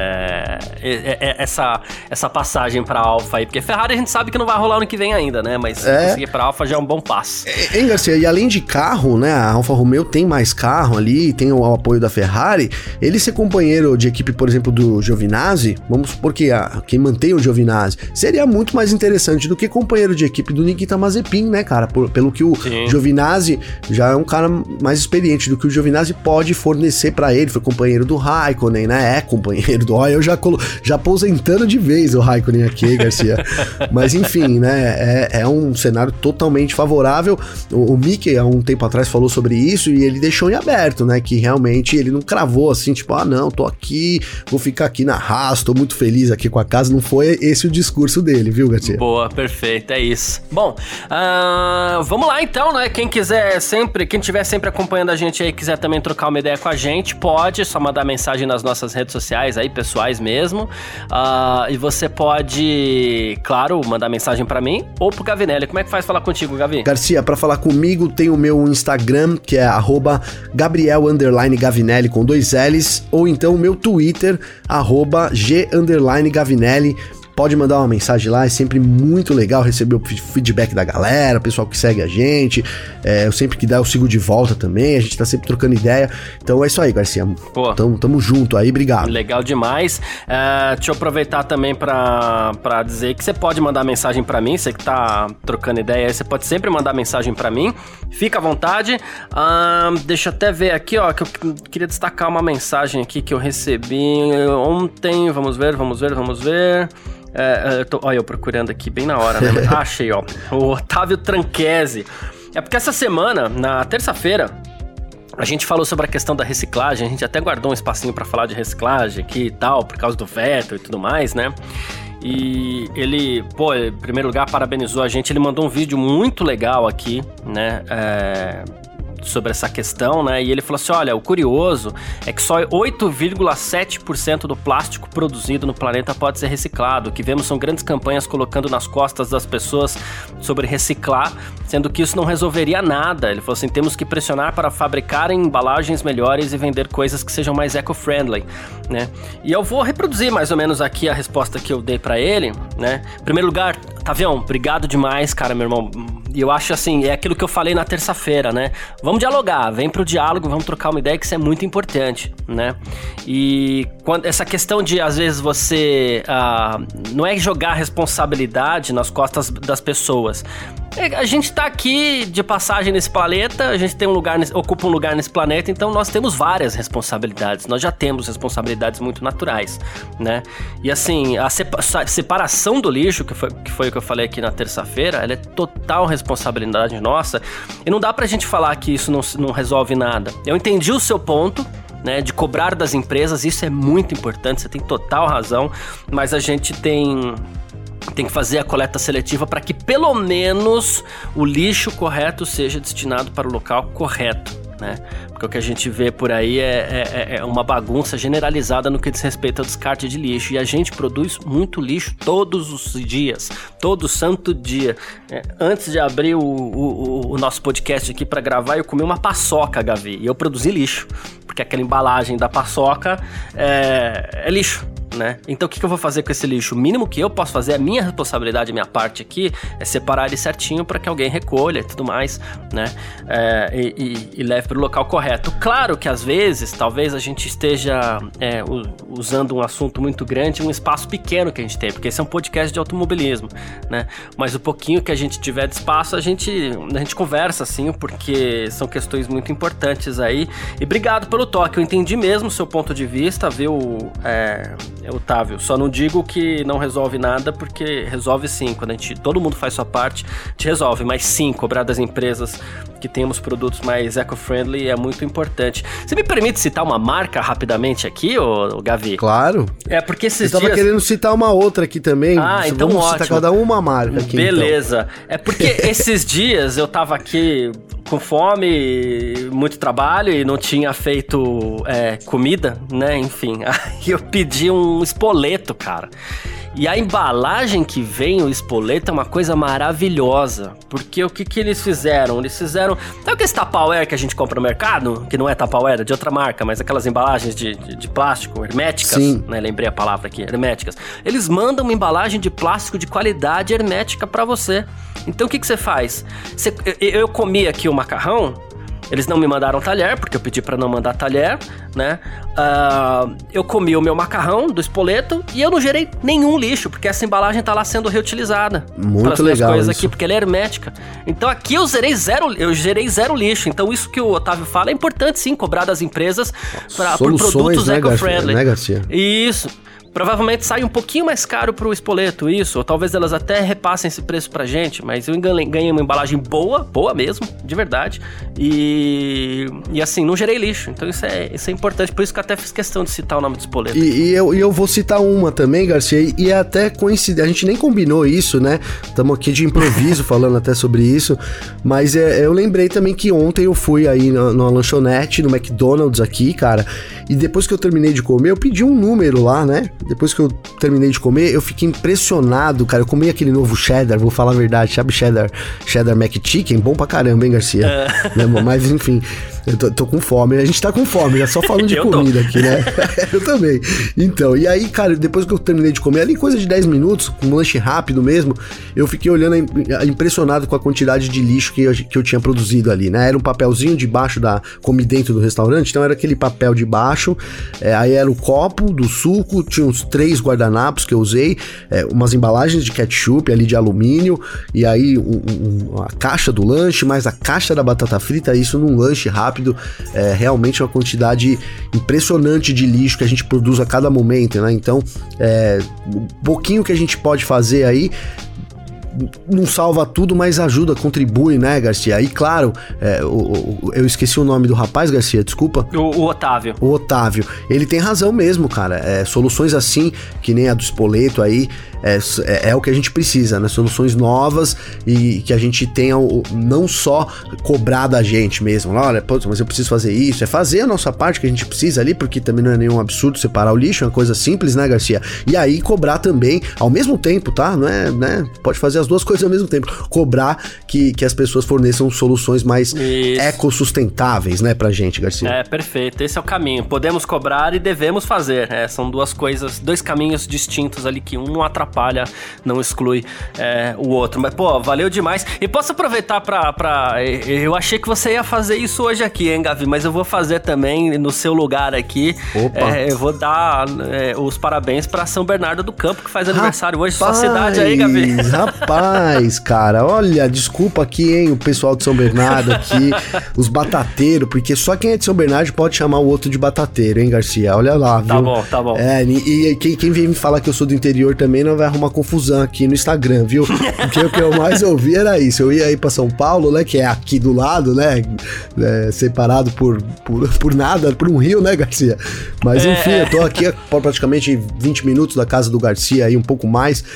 S1: é, é, essa, essa passagem pra Alfa aí. Porque Ferrari a gente sabe que não vai rolar ano que vem ainda, né? Mas se é... conseguir pra Alfa já é um bom passo.
S2: É, hein, Garcia? E além de carro, né? A Alfa Romeo tem mais carro ali, tem o, o apoio da Ferrari. Ele ser companheiro de equipe, por exemplo, do Giovinazzi, vamos supor que a, quem mantém o Giovinazzi, seria muito mais interessante do que companheiro de equipe do Nikita Mazepin, né, cara? Por, pelo que o Sim. Giovinazzi já é um cara mais experiente do que o Giovinazzi pode fornecer pra ele. Foi companheiro do Raikkonen, né? É companheiro do... Olha, eu já, colo... já aposentando de vez o Raikkonen aqui, Garcia. Mas enfim, né? É, é um cenário totalmente favorável. O, o Mickey, há um tempo atrás, falou sobre isso e ele deixou em aberto, né? Que realmente ele não cravou assim, tipo, ah, não, tô aqui, vou ficar aqui na Haas, tô muito feliz aqui com a casa. Não foi esse o discurso dele, viu, Garcia?
S1: Boa, perfeito, é isso. Bom, uh, vamos lá então, né? Quem quiser sempre, quem estiver sempre acompanhando a gente aí, quiser também trocar uma ideia com a gente, pode, só mandar mensagem nas nossas redes sociais aí, pessoais mesmo. Uh, e você pode, claro, mandar mensagem pra mim ou pro Gavinelli. Como é que faz falar contigo, Gavi?
S2: Garcia, pra falar comigo, tem o meu Instagram, que é arroba Gabriel underline Gavinelli com dois L's, ou então o meu Twitter, arroba G underline Gavinelli. Pode mandar uma mensagem lá, é sempre muito legal receber o feedback da galera, o pessoal que segue a gente. É, eu sempre que dá, eu sigo de volta também, a gente tá sempre trocando ideia. Então é isso aí, Garcia. Pô, tamo, tamo junto aí, obrigado.
S1: Legal demais. É, deixa eu aproveitar também pra, pra dizer que você pode mandar mensagem pra mim, você que tá trocando ideia aí, você pode sempre mandar mensagem pra mim. Fica à vontade. Ah, deixa eu até ver aqui, ó, que eu queria destacar uma mensagem aqui que eu recebi ontem. Vamos ver, vamos ver, vamos ver. É, eu tô, olha, eu procurando aqui bem na hora, né? Ah, achei, ó. O Otávio Tranquese. É porque essa semana, na terça-feira, a gente falou sobre a questão da reciclagem. A gente até guardou um espacinho pra falar de reciclagem aqui e tal, por causa do Vettel e tudo mais, né? E ele, pô, em primeiro lugar, parabenizou a gente. Ele mandou um vídeo muito legal aqui, né? É... sobre essa questão, né? E ele falou assim, olha, o curioso é que só oito vírgula sete por cento do plástico produzido no planeta pode ser reciclado. O que vemos são grandes campanhas colocando nas costas das pessoas sobre reciclar, sendo que isso não resolveria nada. Ele falou assim, temos que pressionar para fabricar embalagens melhores e vender coisas que sejam mais eco-friendly, né? E eu vou reproduzir mais ou menos aqui a resposta que eu dei pra ele, né? Em primeiro lugar, Tavião, obrigado demais, cara, meu irmão. E eu acho assim, é aquilo que eu falei na terça-feira, né? Vamos dialogar, vem pro diálogo, vamos trocar uma ideia, que isso é muito importante, né? E quando, essa questão de, às vezes, você... Uh, não é jogar responsabilidade nas costas das pessoas. A gente tá aqui de passagem nesse planeta, a gente tem um lugar, ocupa um lugar nesse planeta, então nós temos várias responsabilidades, nós já temos responsabilidades muito naturais, né? E assim, a separação do lixo, que foi, que foi o que eu falei aqui na terça-feira, ela é total responsabilidade nossa, e não dá pra gente falar que isso não, não resolve nada. Eu entendi o seu ponto, né, de cobrar das empresas, isso é muito importante, você tem total razão, mas a gente tem... tem que fazer a coleta seletiva para que pelo menos o lixo correto seja destinado para o local correto, né? Porque o que a gente vê por aí é, é, é uma bagunça generalizada no que diz respeito ao descarte de lixo, e a gente produz muito lixo todos os dias, todo santo dia. É, antes de abrir o, o, o nosso podcast aqui para gravar, eu comi uma paçoca, Gavi, e eu produzi lixo, porque aquela embalagem da paçoca é, é lixo, né? Então o que, que eu vou fazer com esse lixo? O mínimo que eu posso fazer, a minha responsabilidade, a minha parte aqui, é separar ele certinho para que alguém recolha e tudo mais, né? É, e, e, e leve para o local correto. Claro que às vezes, talvez a gente esteja é, usando um assunto muito grande em um espaço pequeno que a gente tem, porque esse é um podcast de automobilismo, né? Mas o pouquinho que a gente tiver de espaço, a gente, a gente conversa assim, porque são questões muito importantes aí. E obrigado pelo toque, eu entendi mesmo o seu ponto de vista, viu? É, Otávio, só não digo que não resolve nada, porque resolve sim, quando a gente, todo mundo faz sua parte, a gente resolve, mas sim, cobrar das empresas que temos produtos mais eco-friendly é muito importante. Você me permite citar uma marca rapidamente aqui, ô, ô Gavi?
S2: Claro.
S1: É, porque esses
S2: Eu tava
S1: dias...
S2: querendo citar uma outra aqui também.
S1: Ah, então
S2: Vamos
S1: ótimo.
S2: citar cada uma marca aqui.
S1: Beleza. Então. É porque esses dias eu tava aqui com fome, muito trabalho e não tinha feito é, comida, né? Enfim, aí eu pedi um espoleto, cara. E a embalagem que vem o espoleto é uma coisa maravilhosa. Porque o que que eles fizeram? Eles fizeram... Sabe aquele Tupperware que a gente compra no mercado? Que não é Tupperware, é de outra marca, mas aquelas embalagens de, de, de plástico, herméticas. Sim. Né? Lembrei a palavra aqui, herméticas. Eles mandam uma embalagem de plástico de qualidade hermética pra você. Então o que que você faz? Você, eu, eu comi aqui o macarrão... Eles não me mandaram talher, porque eu pedi pra não mandar talher, né? Uh, eu comi o meu macarrão do espoleto e eu não gerei nenhum lixo, porque essa embalagem tá lá sendo reutilizada.
S2: Muito legal
S1: coisas
S2: isso.
S1: Aqui, porque ela é hermética. Então aqui eu zerei zero, eu gerei zero lixo. Então isso que o Otávio fala é importante sim, cobrar das empresas pra, por produtos
S2: né,
S1: eco-friendly.
S2: Né, Garcia?
S1: Isso. Provavelmente sai um pouquinho mais caro pro espoleto, isso. Ou talvez elas até repassem esse preço pra gente. Mas eu ganhei uma embalagem boa, boa mesmo, de verdade. E, e assim, não gerei lixo. Então isso é, isso é importante. Por isso que eu até fiz questão de citar o nome do espoleto.
S2: E, e, eu, e eu vou citar uma também, Garcia. E, e é até coincidência. A gente nem combinou isso, né? Estamos aqui de improviso falando até sobre isso. Mas é, eu lembrei também que ontem eu fui aí na, numa lanchonete, no McDonald's aqui, cara. E depois que eu terminei de comer, eu pedi um número lá, né? Depois que eu terminei de comer, eu fiquei impressionado, cara. Eu comi aquele novo cheddar, vou falar a verdade, sabe cheddar, cheddar McChicken? Bom pra caramba, hein, Garcia? É. Né, mas, enfim, eu tô, tô com fome. A gente tá com fome, já só falando de comida aqui, né? Eu também. Então, e aí, cara, depois que eu terminei de comer, ali coisa de dez minutos, com um lanche rápido mesmo, eu fiquei olhando, impressionado com a quantidade de lixo que eu, que eu tinha produzido ali, né? Era um papelzinho debaixo da... Comi dentro do restaurante, então era aquele papel de baixo, é, aí era o copo do suco, tinha uns três guardanapos que eu usei, é, umas embalagens de ketchup ali de alumínio, e aí um, um, a caixa do lanche, mais a caixa da batata frita, isso num lanche rápido, é realmente uma quantidade impressionante de lixo que a gente produz a cada momento, né? Então, é, um pouquinho que a gente pode fazer aí, não salva tudo, mas ajuda, contribui, né, Garcia? E claro, é, o, o, eu esqueci o nome do rapaz, Garcia, desculpa.
S1: O, o Otávio.
S2: O Otávio. Ele tem razão mesmo, cara. É, soluções assim, que nem a do espoleto aí, é, é, é o que a gente precisa, né? Soluções novas e que a gente tenha o, não só cobrar da gente mesmo. Olha, pô, mas eu preciso fazer isso. É fazer a nossa parte que a gente precisa ali, porque também não é nenhum absurdo separar o lixo, é uma coisa simples, né, Garcia? E aí cobrar também, ao mesmo tempo, tá? Não é, né? Pode fazer as duas coisas ao mesmo tempo. Cobrar que, que as pessoas forneçam soluções mais Isso. ecossustentáveis, né, pra gente, Garcia.
S1: É, perfeito. Esse é o caminho. Podemos cobrar e devemos fazer. É, são duas coisas, dois caminhos distintos ali que um não atrapalha, não exclui é, o outro. Mas, pô, valeu demais. E posso aproveitar pra, pra... Eu achei que você ia fazer isso hoje aqui, hein, Gavi? Mas eu vou fazer também no seu lugar aqui. Opa. É, eu vou dar é, os parabéns pra São Bernardo do Campo, que faz aniversário
S2: rapaz,
S1: hoje. Sua cidade aí, Gavi.
S2: Rapaz, cara, olha, desculpa aqui, hein, o pessoal de São Bernardo aqui, os batateiros, porque só quem é de São Bernardo pode chamar o outro de batateiro, hein, Garcia? Olha lá, viu?
S1: Tá bom, tá bom.
S2: É, e, e quem, quem vem me falar que eu sou do interior também não vai arrumar confusão aqui no Instagram, viu? Porque o que eu mais ouvi era isso. Eu ia aí pra São Paulo, né, que é aqui do lado, né, é, separado por, por, por nada, por um rio, né, Garcia? Mas enfim, é. eu tô aqui por praticamente vinte minutos da casa do Garcia aí, um pouco mais,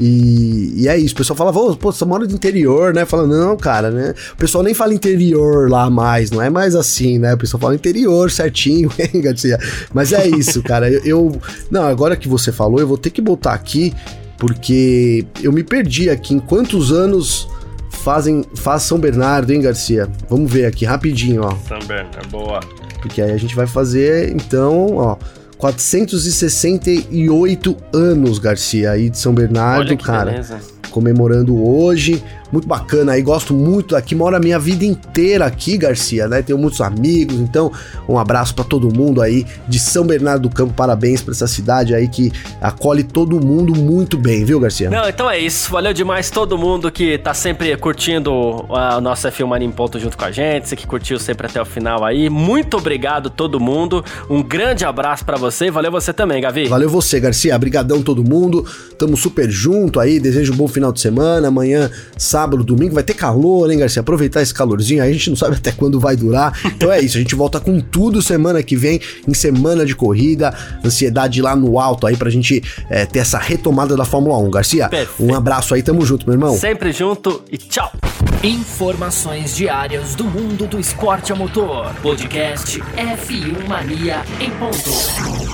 S2: e, e é isso. O pessoal fala, pô, você mora do interior, né? Fala, não, cara, né? O pessoal nem fala interior lá mais, não é mais assim, né? O pessoal fala interior certinho, hein, Garcia? Mas é isso, cara. Eu, eu... Não, agora que você falou, eu vou ter que botar aqui, porque eu me perdi aqui. Em quantos anos fazem, faz São Bernardo, hein, Garcia? Vamos ver aqui, rapidinho, ó.
S1: São Bernardo, boa.
S2: Porque aí a gente vai fazer, então, ó... quatrocentos e sessenta e oito anos, Garcia, aí de São Bernardo, cara. Beleza. Comemorando hoje. muito bacana aí, gosto muito daqui, moro a minha vida inteira aqui, Garcia, né? Tenho muitos amigos, então um abraço pra todo mundo aí de São Bernardo do Campo, parabéns pra essa cidade aí que acolhe todo mundo muito bem, viu, Garcia?
S1: Não, então é isso, valeu demais todo mundo que tá sempre curtindo o nosso F um Mania em Ponto junto com a gente, você que curtiu sempre até o final aí, muito obrigado todo mundo, um grande abraço pra você e valeu você também, Gavi.
S2: Valeu você, Garcia, brigadão todo mundo, tamo super junto aí, desejo um bom final de semana, amanhã, sábado, domingo, vai ter calor, hein, Garcia? Aproveitar esse calorzinho aí, a gente não sabe até quando vai durar, então é isso, a gente volta com tudo semana que vem, em semana de corrida, ansiedade lá no alto aí pra gente é, ter essa retomada da Fórmula um, Garcia. Perfeito. Um abraço aí, tamo junto, meu irmão.
S1: Sempre junto e tchau.
S3: Informações diárias do mundo do esporte a motor. Podcast F um Mania em ponto.